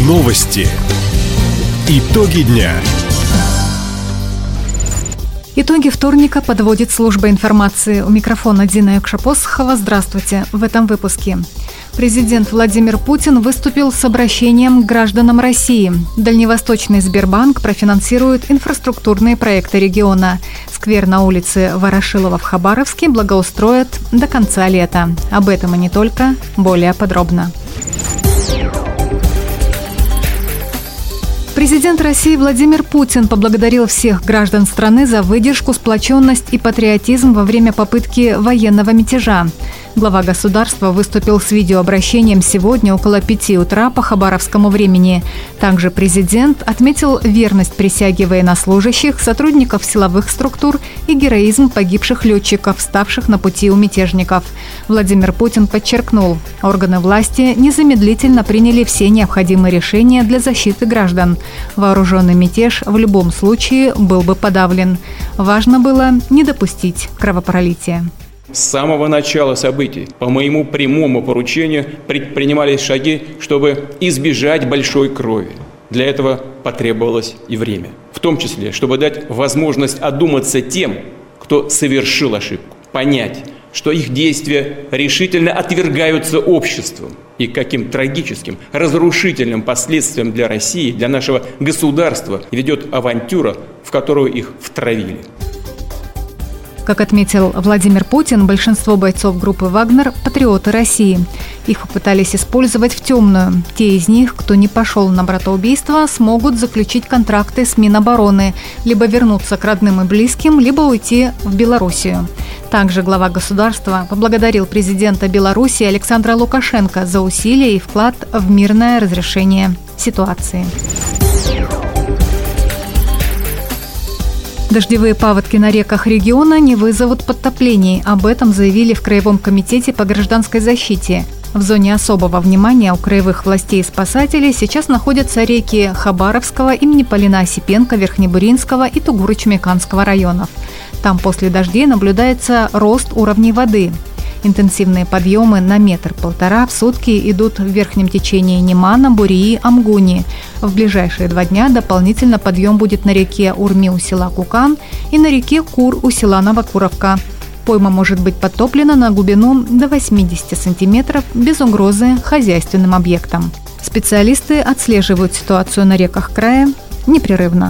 Новости. Итоги дня. Итоги вторника подводит служба информации. У микрофона Дина Юкшапосхова. Здравствуйте. В этом выпуске. Президент Владимир Путин выступил с обращением к гражданам России. Дальневосточный Сбербанк профинансирует инфраструктурные проекты региона. Сквер на улице Ворошилова в Хабаровске благоустроят до конца лета. Об этом и не только. Более подробно. Президент России Владимир Путин поблагодарил всех граждан страны за выдержку, сплоченность и патриотизм во время попытки военного мятежа. Глава государства выступил с видеообращением сегодня около 5 утра по хабаровскому времени. Также президент отметил верность присяге военнослужащих, сотрудников силовых структур и героизм погибших летчиков, вставших на пути у мятежников. Владимир Путин подчеркнул, органы власти незамедлительно приняли все необходимые решения для защиты граждан. Вооруженный мятеж в любом случае был бы подавлен. Важно было не допустить кровопролития. С самого начала событий по моему прямому поручению предпринимались шаги, чтобы избежать большой крови. Для этого потребовалось и время. В том числе, чтобы дать возможность одуматься тем, кто совершил ошибку, понять, что их действия решительно отвергаются обществом и каким трагическим, разрушительным последствиям для России, для нашего государства ведет авантюра, в которую их втравили. Как отметил Владимир Путин, большинство бойцов группы «Вагнер» – патриоты России. Их попытались использовать в темную. Те из них, кто не пошел на братоубийство, смогут заключить контракты с Минобороны, либо вернуться к родным и близким, либо уйти в Белоруссию. Также глава государства поблагодарил президента Беларуси Александра Лукашенко за усилия и вклад в мирное разрешение ситуации. Дождевые паводки на реках региона не вызовут подтоплений. Об этом заявили в Краевом комитете по гражданской защите. В зоне особого внимания у краевых властей и спасателей сейчас находятся реки Хабаровского, имени Полина Осипенко, Верхнебуринского и Тугуро-Чумеканского районов. Там после дождей наблюдается рост уровней воды. Интенсивные подъемы на 1-1,5 в сутки идут в верхнем течении Немана, Бурии, Амгуни. В ближайшие 2 дня дополнительно подъем будет на реке Урми у села Кукан и на реке Кур у села Новокуровка. Пойма может быть подтоплена на глубину до 80 сантиметров без угрозы хозяйственным объектам. Специалисты отслеживают ситуацию на реках края непрерывно.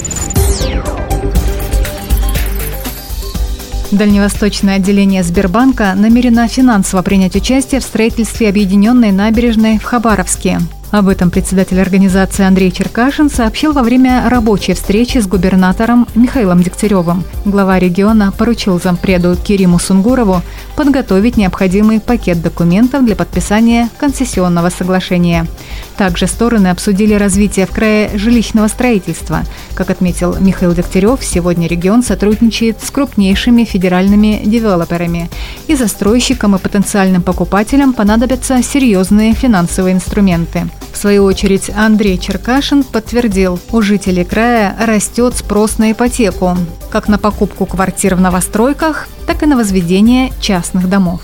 Дальневосточное отделение Сбербанка намерено финансово принять участие в строительстве объединенной набережной в Хабаровске. Об этом председатель организации Андрей Черкашин сообщил во время рабочей встречи с губернатором Михаилом Дегтяревым. Глава региона поручил зампреду Кериму Сунгурову подготовить необходимый пакет документов для подписания концессионного соглашения. Также стороны обсудили развитие в крае жилищного строительства. Как отметил Михаил Дегтярев, сегодня регион сотрудничает с крупнейшими федеральными девелоперами. И застройщикам, и потенциальным покупателям понадобятся серьезные финансовые инструменты. В свою очередь Андрей Черкашин подтвердил, у жителей края растет спрос на ипотеку, как на покупку квартир в новостройках, так и на возведение частных домов.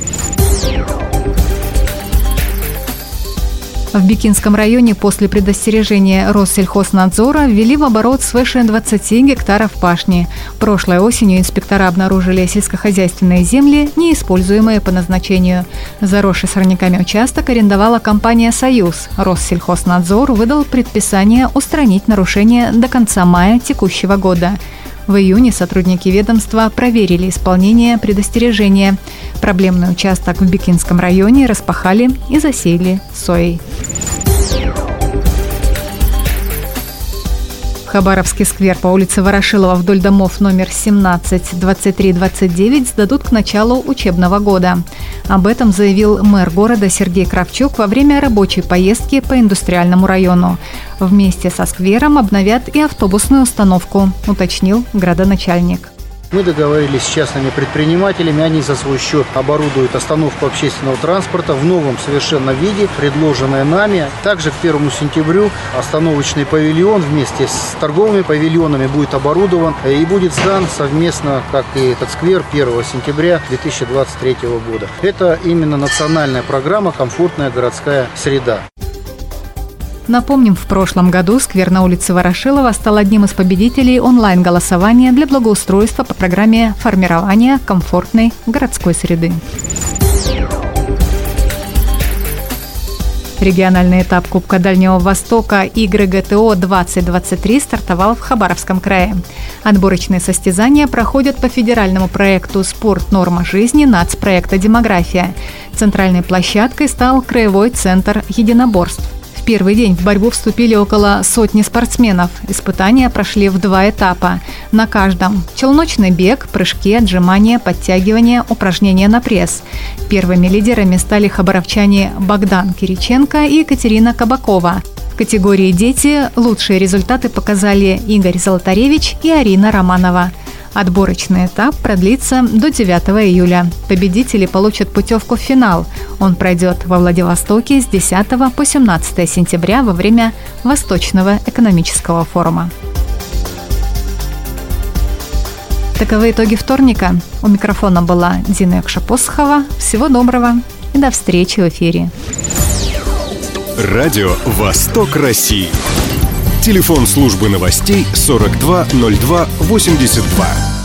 В Бикинском районе после предостережения Россельхознадзора ввели в оборот свыше 20 гектаров пашни. Прошлой осенью инспектора обнаружили сельскохозяйственные земли, неиспользуемые по назначению. Заросший сорняками участок арендовала компания «Союз». Россельхознадзор выдал предписание устранить нарушения до конца мая текущего года. В июне сотрудники ведомства проверили исполнение предостережения. Проблемный участок в Бикинском районе распахали и засеяли соей. Хабаровский сквер по улице Ворошилова вдоль домов номер 17, 23, 29 сдадут к началу учебного года. Об этом заявил мэр города Сергей Кравчук во время рабочей поездки по индустриальному району. Вместе со сквером обновят и автобусную установку, уточнил градоначальник. Мы договорились с частными предпринимателями, они за свой счет оборудуют остановку общественного транспорта в новом совершенно виде, предложенное нами. Также к 1 сентября остановочный павильон вместе с торговыми павильонами будет оборудован и будет сдан совместно, как и этот сквер, 1 сентября 2023 года. Это именно национальная программа «Комфортная городская среда». Напомним, в прошлом году сквер на улице Ворошилова стал одним из победителей онлайн-голосования для благоустройства по программе формирования комфортной городской среды. Региональный этап Кубка Дальнего Востока игры ГТО-2023 стартовал в Хабаровском крае. Отборочные состязания проходят по федеральному проекту «Спорт. Норма жизни» нацпроекта «Демография». Центральной площадкой стал Краевой центр единоборств. В первый день в борьбу вступили около сотни спортсменов. Испытания прошли в 2 этапа. На каждом – челночный бег, прыжки, отжимания, подтягивания, упражнения на пресс. Первыми лидерами стали хабаровчане Богдан Кириченко и Екатерина Кабакова. В категории «Дети» лучшие результаты показали Игорь Золотаревич и Арина Романова. Отборочный этап продлится до 9 июля. Победители получат путевку в финал. Он пройдет во Владивостоке с 10 по 17 сентября во время Восточного экономического форума. Таковы итоги вторника. У микрофона была Дина Якшапосхова. Всего доброго и до встречи в эфире. Радио «Восток России». Телефон службы новостей 42 02 82.